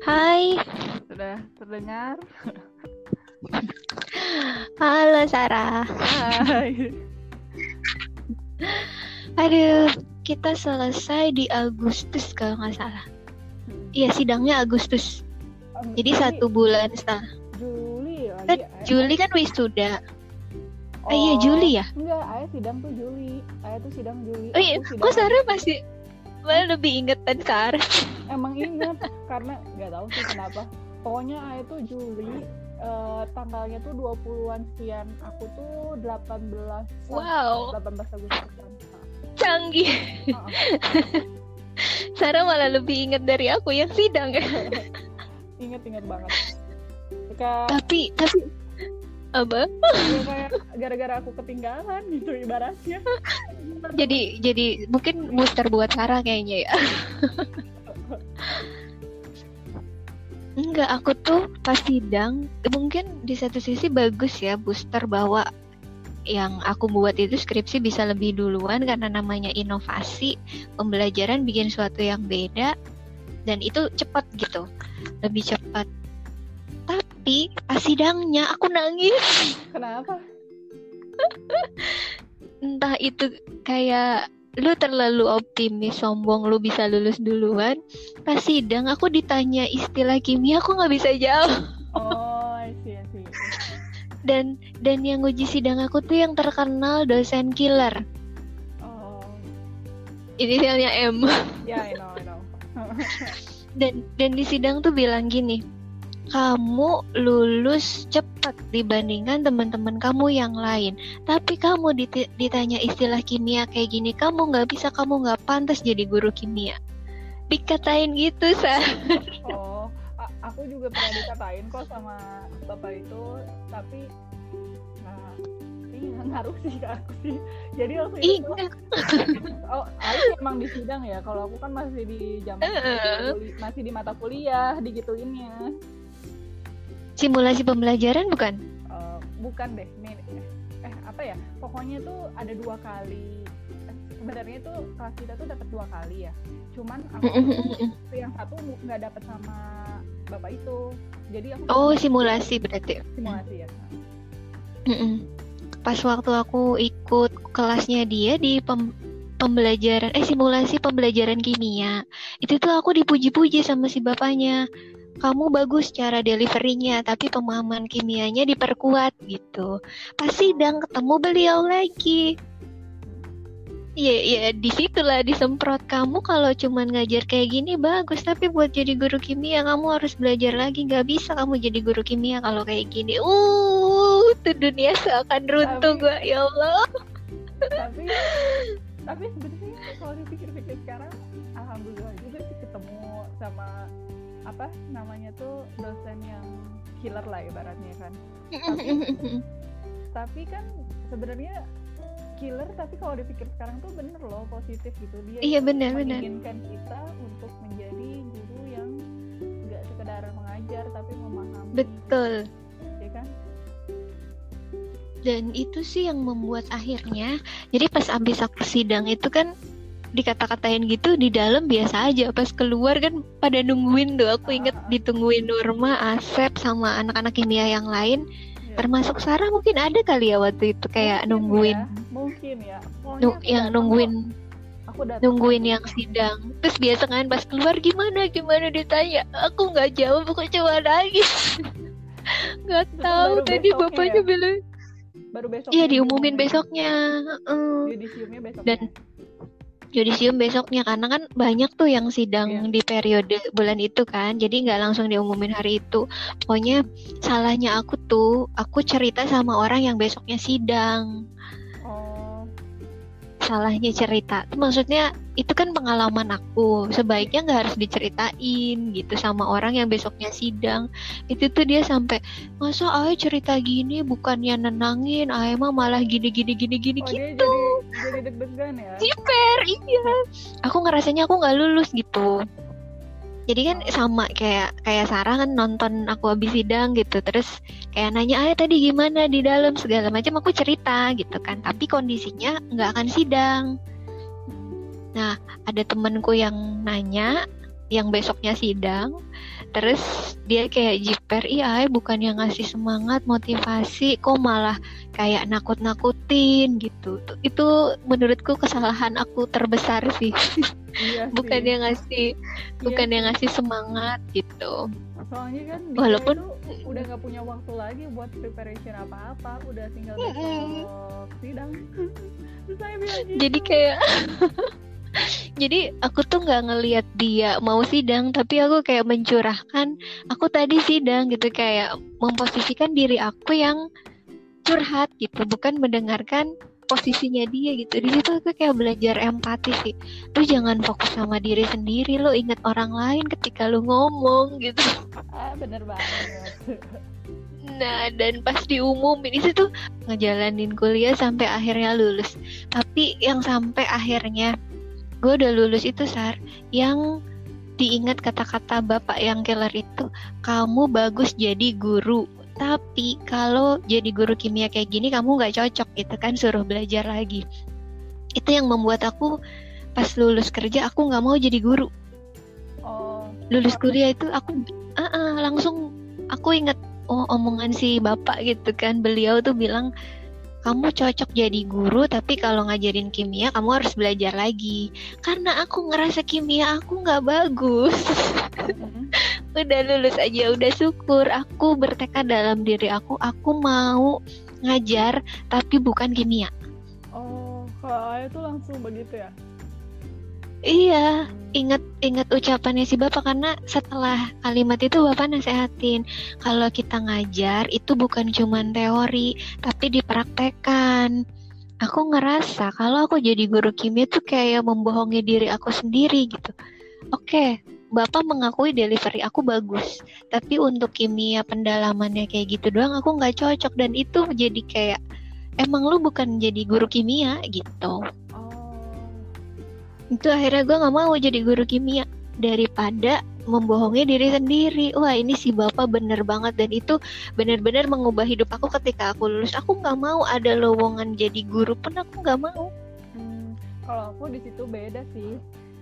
Hai, Sudah terdengar? halo Sarah. Hai. Aduh, kita selesai di Agustus kalau nggak salah. Iya, sidangnya Agustus. Jadi 1 bulan setelah. Juli Kan lagi. Juli kan wisuda. Iya Juli ya. Enggak, Ayah sidang tuh Juli. Ayah tuh sidang Juli. Oh iya, Aku sidang kok Sarah Agustus. masih malah lebih ingetan Sarah. Emang ingat karena nggak tahu sih kenapa. Pokoknya Ayah tuh Juli. Tanggalnya tuh 20-an sekian. Aku tuh 18. Wow, 18 Agustusan. canggih. Sarah malah lebih inget dari aku yang sidang. Ingat banget. Kayak Tapi apa? ya kayak gara-gara aku ketinggalan gitu ibaratnya. Jadi mungkin booster buat Sarah kayaknya ya. Enggak, aku tuh pas sidang mungkin di satu sisi bagus ya booster bahwa yang aku buat itu skripsi bisa lebih duluan karena namanya inovasi, pembelajaran bikin sesuatu yang beda dan itu cepat gitu, lebih cepat. Tapi pas sidangnya aku nangis. Kenapa? Entah itu kayak lu terlalu optimis, sombong, lu bisa lulus duluan. Pas sidang aku ditanya istilah kimia, aku nggak bisa jawab. Oh, I see. Dan yang uji sidang aku tuh yang terkenal dosen killer. Oh, Inisialnya M. ya, I know. Dan di sidang tuh bilang gini, kamu lulus cepat dibandingkan teman-teman kamu yang lain. Tapi kamu ditanya istilah kimia kayak gini, kamu nggak bisa, kamu nggak pantas jadi guru kimia. Dikatain gitu, Sa. Oh, aku juga pernah dikatain kok sama bapak itu, tapi ini nggak ngaruh sih ke aku sih. Jadi waktu itu, aku emang di sidang ya. Kalau aku kan masih di masih di mata kuliah, digituinnya. Simulasi pembelajaran bukan? Bukan deh, apa ya? Pokoknya tuh ada 2 kali. Sebenarnya tuh kelas kita tuh dapat 2 kali ya. Cuman aku tuh yang satu nggak dapat sama bapak itu. Jadi aku simulasi berarti. Simulasi ya. Pas waktu aku ikut kelasnya dia di pembelajaran simulasi pembelajaran kimia, itu tuh aku dipuji-puji sama si bapaknya. Kamu bagus cara deliverynya, tapi pemahaman kimianya diperkuat gitu. Pas sidang ketemu beliau lagi. Iya, disitulah disemprot. Kamu kalau cuman ngajar kayak gini bagus, tapi buat jadi guru kimia kamu harus belajar lagi. Gak bisa kamu jadi guru kimia kalau kayak gini. Tuh dunia seakan runtuh gue, ya Allah. Tapi sebenarnya kalau dipikir-pikir sekarang, alhamdulillah juga sih ketemu sama apa namanya tuh dosen yang killer lah ibaratnya kan. Tapi kan sebenarnya killer, tapi kalau dipikir sekarang tuh bener loh, positif gitu. Dia menginginkan kita untuk menjadi guru yang nggak sekedar mengajar tapi memahami. Betul. Ya kan? Dan itu sih yang membuat akhirnya, jadi pas abis aku sidang itu kan dikata-katain gitu, di dalam biasa aja, pas keluar kan pada nungguin tuh. Aku inget ditungguin Norma, Asep, sama anak-anak kimia yang lain. Termasuk Sarah mungkin ada kali ya waktu itu kayak nungguin. Mungkin ya. Yang nungguin yang sidang. Terus biasa kan pas keluar gimana ditanya, aku nggak jawab, aku cuma nangis. Nggak tahu tadi bapaknya bilang. Baru besok. Iya, diumumin besoknya. Yudisiumnya besoknya. Dan yudisium besoknya, karena kan banyak tuh yang sidang di periode bulan itu kan, jadi nggak langsung diumumin hari itu. Pokoknya salahnya aku cerita sama orang yang besoknya sidang. Salahnya cerita, maksudnya itu kan pengalaman aku, sebaiknya nggak harus diceritain gitu sama orang yang besoknya sidang. Itu tuh dia sampai, masa Ae cerita gini bukannya nenangin, Ae mah malah gini gitu. Jadi deg-degan ya. Ciper, iya. Aku ngerasanya aku nggak lulus gitu. Jadi kan sama kayak Sarah kan nonton aku habis sidang gitu, terus kayak nanya, tadi gimana di dalam segala macam, aku cerita gitu kan, tapi kondisinya nggak akan sidang. Nah, ada temanku yang nanya, yang besoknya sidang, terus dia kayak jiper, iya bukan yang ngasih semangat motivasi, kok malah kayak nakut-nakutin gitu. Itu menurutku kesalahan aku terbesar sih. Iya bukan sih. yang ngasih bukan yang ngasih semangat gitu. Soalnya kan dia Walaupun itu udah nggak punya waktu lagi buat preparation apa-apa, udah tinggal besok sidang. Terus saya bilang gitu. Jadi kayak jadi aku tuh nggak ngelihat dia mau sidang, tapi aku kayak mencurahkan aku tadi sidang gitu, kayak memposisikan diri aku yang curhat gitu, bukan mendengarkan posisinya dia gitu. Di situ aku kayak belajar empati sih. Lu jangan fokus sama diri sendiri, lo ingat orang lain ketika lu ngomong gitu. Bener banget. Nah, dan pas diumumin itu tuh ngejalanin kuliah sampai akhirnya lulus. Tapi yang sampai akhirnya gue udah lulus itu, Sar, yang diingat kata-kata bapak yang killer itu, kamu bagus jadi guru, tapi kalau jadi guru kimia kayak gini kamu gak cocok gitu kan, suruh belajar lagi. Itu yang membuat aku pas lulus kerja aku gak mau jadi guru. Lulus kuliah itu aku langsung aku inget omongan si bapak gitu kan, beliau tuh bilang kamu cocok jadi guru, tapi kalau ngajarin kimia kamu harus belajar lagi. Karena aku ngerasa kimia aku gak bagus. Udah lulus aja udah syukur. Aku bertekad dalam diri aku mau ngajar tapi bukan kimia. Kalau Ayah tuh langsung begitu ya? Iya, ingat ucapannya si bapak, karena setelah kalimat itu bapak nasehatin kalau kita ngajar itu bukan cuman teori tapi dipraktekkan. Aku ngerasa kalau aku jadi guru kimia tuh kayak membohongi diri aku sendiri gitu. Oke, bapak mengakui delivery aku bagus, tapi untuk kimia pendalamannya kayak gitu doang aku nggak cocok, dan itu jadi kayak emang lu bukan jadi guru kimia gitu. Itu akhirnya gue gak mau jadi guru kimia daripada membohongi diri sendiri. Wah, ini si bapak bener banget, dan itu bener-bener mengubah hidup aku ketika aku lulus. Aku gak mau ada lowongan jadi guru pun, aku gak mau. Kalau aku di situ beda sih.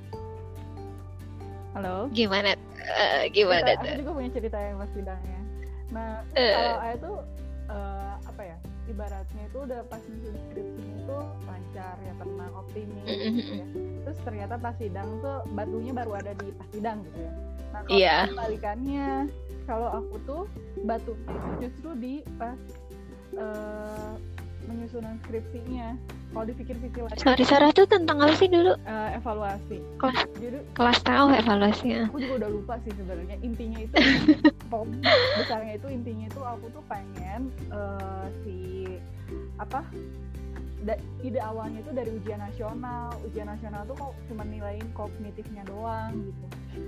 Halo? Gimana Aku juga punya cerita yang pas sidangnya. Nah, kalau Ayah tuh apa ya, ibaratnya itu udah pas nyusun skripsinya itu lancar ya, tenang, optimis gitu ya. Terus ternyata pas sidang tuh batunya baru ada di pas sidang gitu ya. Nah, kalau kebalikannya, kalau aku tuh batunya justru di pas menyusunan skripsinya. Kalau dipikir-pikir lagi, Sarah tuh tentang apa sih dulu? Evaluasi. Kelas tahu evaluasinya. Aku juga udah lupa sih sebenarnya. Intinya itu besarnya itu intinya itu aku tuh pengen ide awalnya itu dari ujian nasional. Ujian nasional tuh kok cuma nilain kognitifnya doang gitu.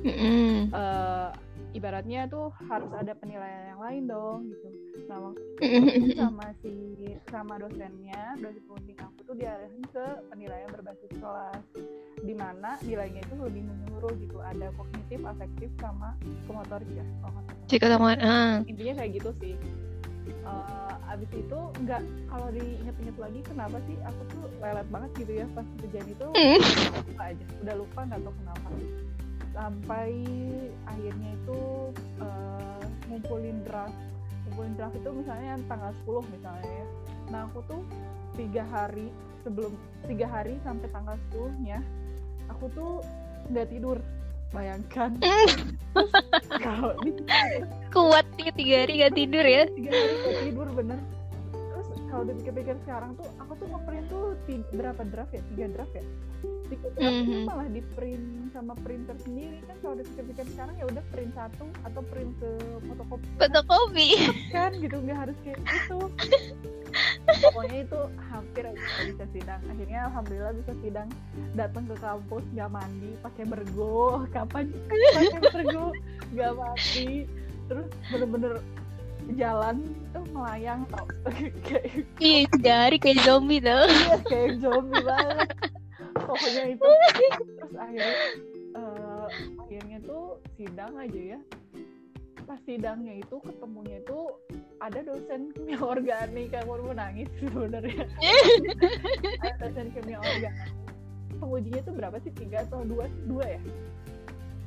Ibaratnya tuh harus ada penilaian yang lain dong gitu. Nah, waktu itu sama dosennya, dosen pembimbing aku tuh diarahin ke penilaian berbasis kelas, di mana nilainya itu lebih menyeluruh gitu. Ada kognitif, afektif, sama psikomotorik ya. Intinya kayak gitu sih. Abis itu kalau diinget-inget lagi kenapa sih aku tuh lelet banget gitu ya pas kejadian itu. Udah lupa nggak tahu kenapa. Sampai akhirnya itu ngumpulin draft itu misalnya tanggal 10 misalnya ya. Nah, aku tuh 3 hari sampai tanggal 10-nya aku tuh nggak tidur. Bayangkan. Kalau kuat 3 hari nggak tidur ya. 3 hari nggak tidur bener. Terus kalau dipikir-pikir sekarang tuh aku tuh ngeprint tuh berapa draft ya? 3 draft ya. Malah di print sama printer sendiri kan. Kalau dipikir-pikir sekarang ya udah print satu atau print ke fotokopi kan gitu, nggak harus kayak gitu. Pokoknya itu hampir aja bisa sidang. Akhirnya alhamdulillah bisa sidang, datang ke kampus nggak mandi, pakai bergo. Kapan pakai bergo nggak mandi, terus bener-bener jalan tuh melayang tau. Iya, 3 hari kayak zombie tau. Iya, kayak zombie banget. Pokoknya itu. Terus akhirnya tuh sidang aja ya. Pas sidangnya itu ketemunya itu ada dosen kimia organik. Aku mau nangis sebenarnya. Ada dosen kimia organik. Pengujinya itu berapa sih? 3 atau 2 ya?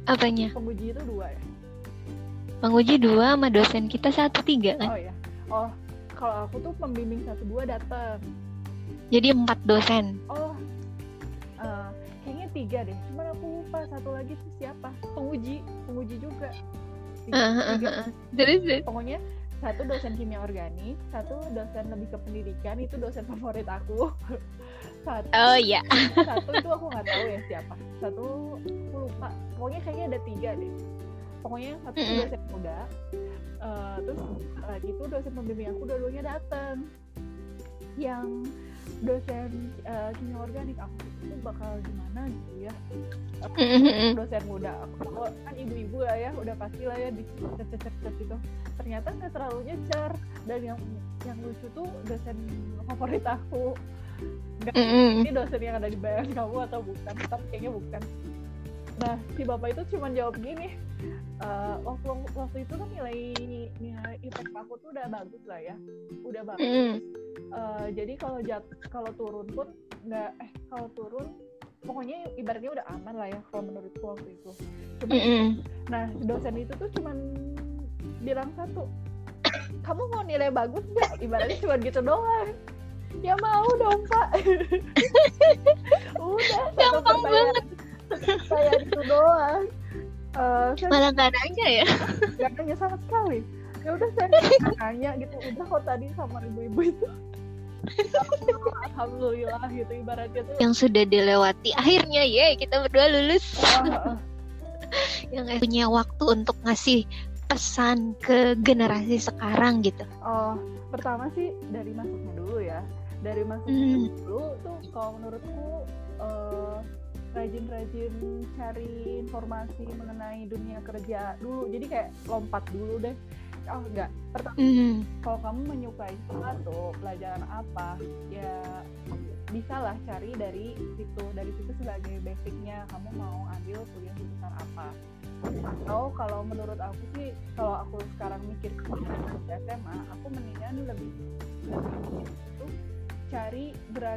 Apanya? Penguji itu 2 ya? Penguji 2 sama dosen kita 1-3 kan? Oh ya. Oh, kalau aku tuh pembimbing 1-2 datang. Jadi 4 dosen. Oh, kayaknya 3 deh. Cuman aku lupa satu lagi tuh siapa? Penguji juga. 3. Terus? Pokoknya satu dosen kimia organik, satu dosen lebih ke pendidikan, itu dosen favorit aku. Oh iya. Satu itu aku nggak tahu ya siapa. Satu aku lupa. Pokoknya kayaknya ada 3 deh. Pokoknya satu dosen muda. Terus lagi itu dosen pembimbing aku dua-duanya datang. Yang dosen kimia organik aku itu bakal gimana gitu ya. Dosen muda aku kan ibu-ibu lah ya, udah pasti lah ya dicet-cet gitu. Ternyata nggak terlalu nyecer, dan yang lucu tuh dosen favorit aku. Ini dosen yang ada di bayangan kamu atau bukan? Tapi kayaknya bukan. Nah, si bapak itu cuma jawab gini, waktu itu kan nilai IPK aku tuh udah bagus lah ya, udah bagus. Jadi kalau turun pun nggak, kalau turun pokoknya ibaratnya udah aman lah ya kalau menurutku waktu itu. Nah, dosen itu tuh cuma bilang satu, kamu mau nilai bagus nggak? Ibaratnya cuma gitu doang. Ya mau dong Pak. Udah, gampang banget. Saya itu doang. Malah nggak nanya ya? Nggak nanya sama sekali. Ya udah saya nanya gitu. Udah kok tadi sama ibu-ibu itu. Alhamdulillah gitu ibaratnya tuh. Yang sudah dilewati akhirnya ya kita berdua lulus. Yang punya waktu untuk ngasih pesan ke generasi sekarang gitu. Oh, pertama sih dari masuknya dulu ya. Dari masuknya dulu tuh kalau menurutku rajin-rajin cari informasi mengenai dunia kerja dulu. Jadi kayak lompat dulu deh. Oh enggak, pertama kalau kamu menyukai sesuatu, pelajaran apa, ya bisa lah cari dari situ sebagai basicnya kamu mau ambil kuliah jurusan apa. Atau kalau menurut aku sih, kalau aku sekarang mikir ke SMA, aku mendingan lebih itu cari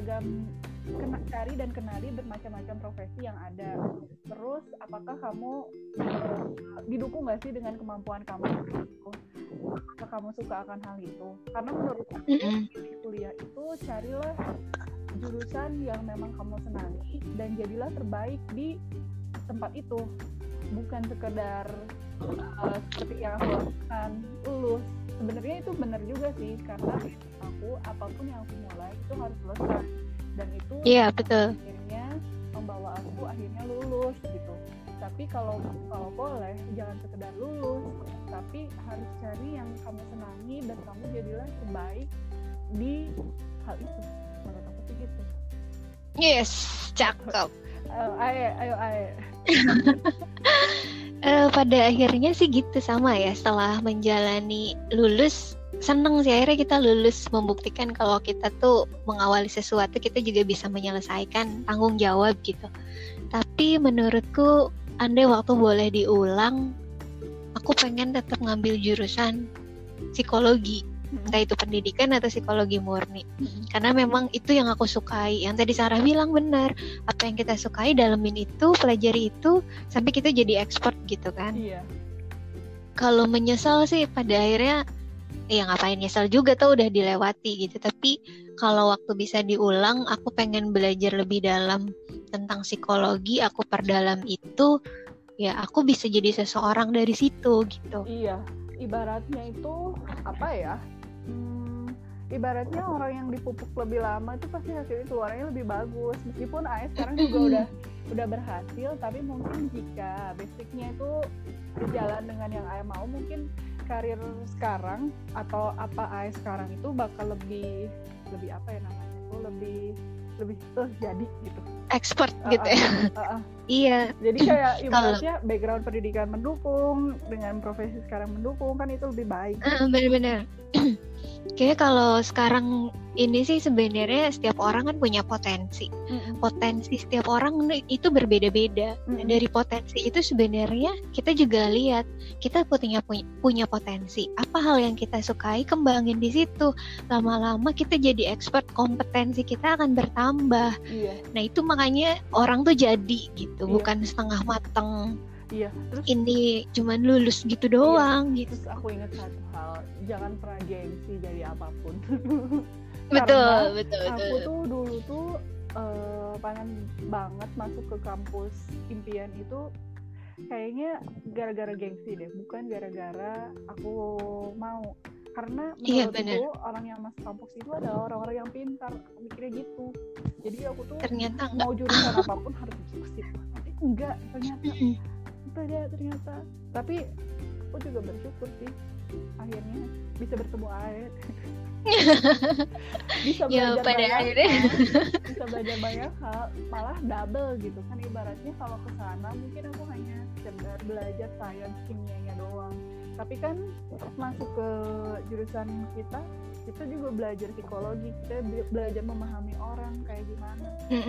dan kenali bermacam-macam profesi yang ada. Terus apakah kamu didukung nggak sih dengan kemampuan kamu? Apakah kamu suka akan hal itu? Karena menurut aku di kuliah itu carilah jurusan yang memang kamu senangi dan jadilah terbaik di tempat itu. Bukan sekedar seperti yang aku lakukan lulus. Sebenarnya itu benar juga sih, karena aku apapun yang aku mulai itu harus selesai, dan itu betul. Akhirnya membawa aku akhirnya lulus gitu. Tapi kalau boleh jangan sekedar lulus, tapi harus cari yang kamu senangi dan kamu jadilah terbaik di hal itu. Menurut aku sih gitu. Yes, cakep. Ayo. Pada akhirnya sih gitu sama ya, setelah menjalani lulus, seneng sih akhirnya kita lulus, membuktikan kalau kita tuh mengawali sesuatu kita juga bisa menyelesaikan tanggung jawab gitu. Tapi menurutku andai waktu boleh diulang, aku pengen tetap ngambil jurusan psikologi, entah itu pendidikan atau psikologi murni, karena memang itu yang aku sukai. Yang tadi Sarah bilang benar, apa yang kita sukai dalemin itu, pelajari itu sampai kita jadi expert gitu kan. Iya. Kalau menyesal sih pada akhirnya ya ngapain nyesal juga, tuh udah dilewati gitu. Tapi kalau waktu bisa diulang, aku pengen belajar lebih dalam tentang psikologi, aku perdalam itu, ya aku bisa jadi seseorang dari situ gitu. Iya, ibaratnya itu apa ya? Ibaratnya orang yang dipupuk lebih lama itu pasti hasilnya keluarnya lebih bagus. Meskipun AS sekarang juga udah berhasil, tapi mungkin jika basicnya itu berjalan dengan yang AS mau, mungkin karir sekarang atau apa AS sekarang itu bakal lebih apa ya namanya itu lebih jadi gitu. Expert gitu ya. Iya. Jadi kayak ibaratnya background pendidikan mendukung dengan profesi sekarang mendukung, kan itu lebih baik. Benar-benar. Kayaknya kalau sekarang ini sih sebenarnya setiap orang kan punya potensi. Potensi setiap orang itu berbeda-beda. Dari potensi itu sebenarnya kita juga lihat kita punya potensi. Apa hal yang kita sukai, kembangin di situ. Lama-lama kita jadi expert, kompetensi kita akan bertambah. Iya. Nah itu makanya orang tuh jadi gitu, bukan setengah matang Iya, terus ini cuman lulus gitu doang gitu. Terus aku ingat satu hal, jangan pernah gengsi jadi apapun. Betul. Aku tuh dulu tuh pengen banget masuk ke kampus impian itu kayaknya gara-gara gengsi deh, bukan gara-gara aku mau. Karena menurutku orang yang masuk kampus itu adalah orang-orang yang pintar, aku mikirnya gitu. Jadi aku tuh ternyata mau jurusan apapun harus masuk ke situ. Tapi enggak, ternyata. Tapi aku juga bersyukur sih akhirnya bisa bertemu Ae. Bisa belajar banyak hal, malah double gitu kan, ibaratnya kalau ke sana mungkin aku hanya sekedar belajar sains kimianya doang, tapi kan masuk ke jurusan kita juga belajar psikologi, kita belajar memahami orang kayak gimana.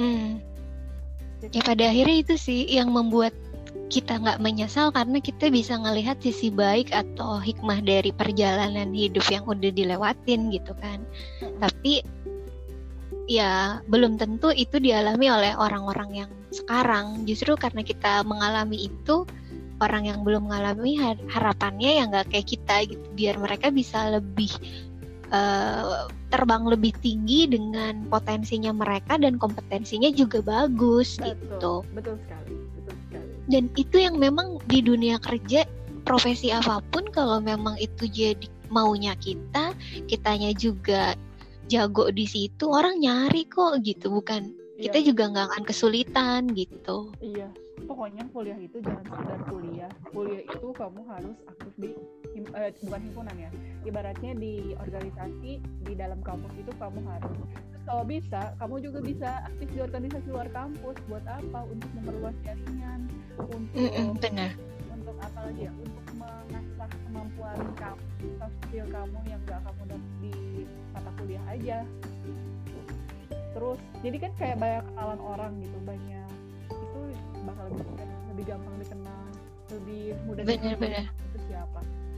Ya pada akhirnya itu sih yang membuat kita nggak menyesal, karena kita bisa ngelihat sisi baik atau hikmah dari perjalanan hidup yang udah dilewatin gitu kan. Tapi ya belum tentu itu dialami oleh orang-orang yang sekarang. Justru karena kita mengalami itu, orang yang belum mengalami harapannya yang nggak kayak kita gitu, biar mereka bisa lebih terbang lebih tinggi dengan potensinya mereka dan kompetensinya juga bagus. Betul sekali. Dan itu yang memang di dunia kerja, profesi apapun, kalau memang itu jadi maunya kitanya juga jago di situ, orang nyari kok gitu, bukan kita juga nggak akan kesulitan gitu. Iya, pokoknya kuliah itu jangan sekedar kuliah itu kamu harus aktif di bukan himpunan ya, ibaratnya di organisasi di dalam kampus itu kamu harus. Terus kalau bisa kamu juga bisa aktif di organisasi luar kampus. Buat apa? Untuk memperluas jaringan, untuk apa lagi ya, untuk mengasah kemampuan kamu, soft skill kamu yang gak kamu dapat di mata kuliah aja. Terus jadi kan kayak banyak kenalan orang gitu, banyak itu bakal lebih gampang dikenal, lebih mudah benar. itu siapa.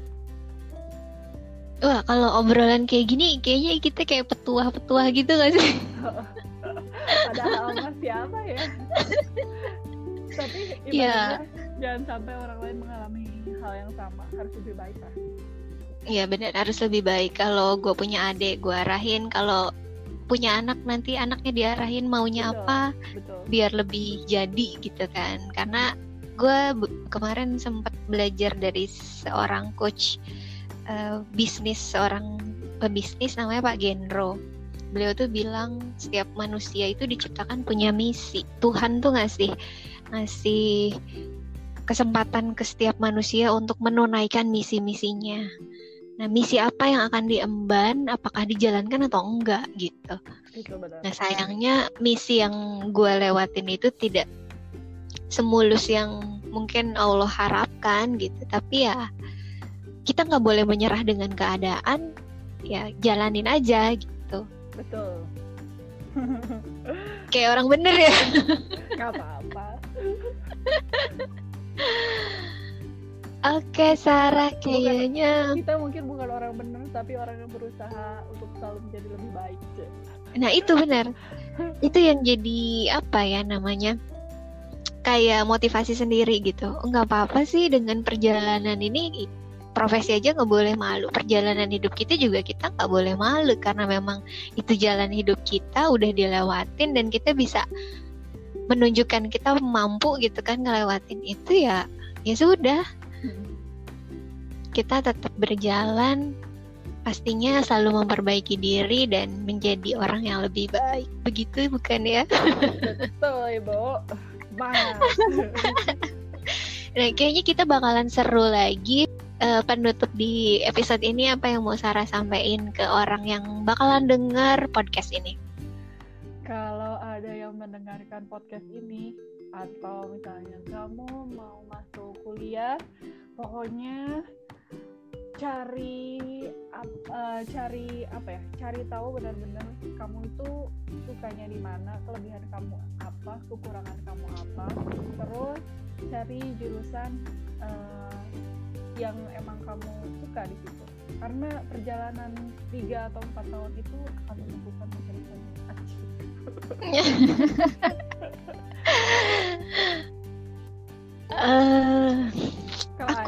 Wah, kalau obrolan kayak gini kayaknya kita kayak petua-petua gitu gak sih? Padahal mas siapa ya? Tapi ibaratnya jangan sampai orang lain mengalami hal yang sama, harus lebih baik lah. Iya benar, harus lebih baik. Kalau gue punya adik, gue arahin. Kalau punya anak, nanti anaknya diarahin maunya apa, biar lebih jadi gitu kan. Karena gue kemarin sempat belajar dari seorang coach bisnis, seorang pebisnis namanya Pak Gendro. Beliau tuh bilang setiap manusia itu diciptakan punya misi. Tuhan tuh ngasih kesempatan ke setiap manusia untuk menunaikan misi-misinya. Nah, misi apa yang akan diemban, apakah dijalankan atau enggak gitu. Nah, sayangnya misi yang gue lewatin itu tidak semulus yang mungkin Allah harapkan gitu. Tapi ya kita nggak boleh menyerah dengan keadaan, ya jalanin aja gitu. Betul. Kayak orang bener ya. Gak apa-apa. Oke, Sarah, kayaknya kita mungkin bukan orang bener, tapi orang yang berusaha untuk selalu menjadi lebih baik. Nah itu benar. Itu yang jadi apa ya namanya, kayak motivasi sendiri gitu. Nggak apa-apa sih dengan perjalanan ini. Profesi aja nggak boleh malu, perjalanan hidup kita juga kita nggak boleh malu, karena memang itu jalan hidup kita udah dilewatin dan kita bisa menunjukkan kita mampu gitu kan ngelewatin itu. Ya sudah, kita tetap berjalan, pastinya selalu memperbaiki diri dan menjadi orang yang lebih baik, begitu bukan ya? Betul Ibu, banget. Nah kayaknya kita bakalan seru lagi. Penutup di episode ini, apa yang mau Sarah sampaikan ke orang yang bakalan dengar podcast ini? Kalau ada yang mendengarkan podcast ini, atau misalnya kamu mau masuk kuliah, pokoknya cari tahu benar-benar kamu itu sukanya di mana, kelebihan kamu apa, kekurangan kamu apa, terus cari jurusan yang emang kamu suka di situ. Karena perjalanan 3 atau 4 tahun itu akan menentukan masa depanmu.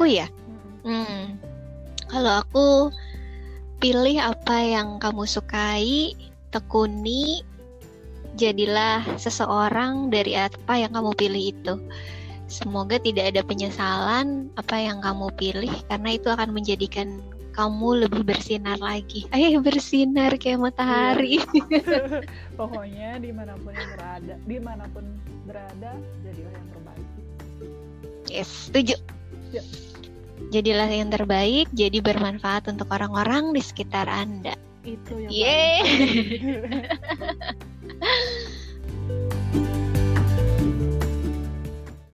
ya. Kalau aku pilih apa yang kamu sukai, tekuni, jadilah seseorang dari apa yang kamu pilih itu. Semoga tidak ada penyesalan apa yang kamu pilih, karena itu akan menjadikan kamu lebih bersinar lagi. Ayo bersinar kayak matahari. Pokoknya dimanapun berada, jadilah yang terbaik. Yes, setuju. Yep. Jadilah yang terbaik, jadi bermanfaat untuk orang-orang di sekitar Anda. Itu yang Yeay.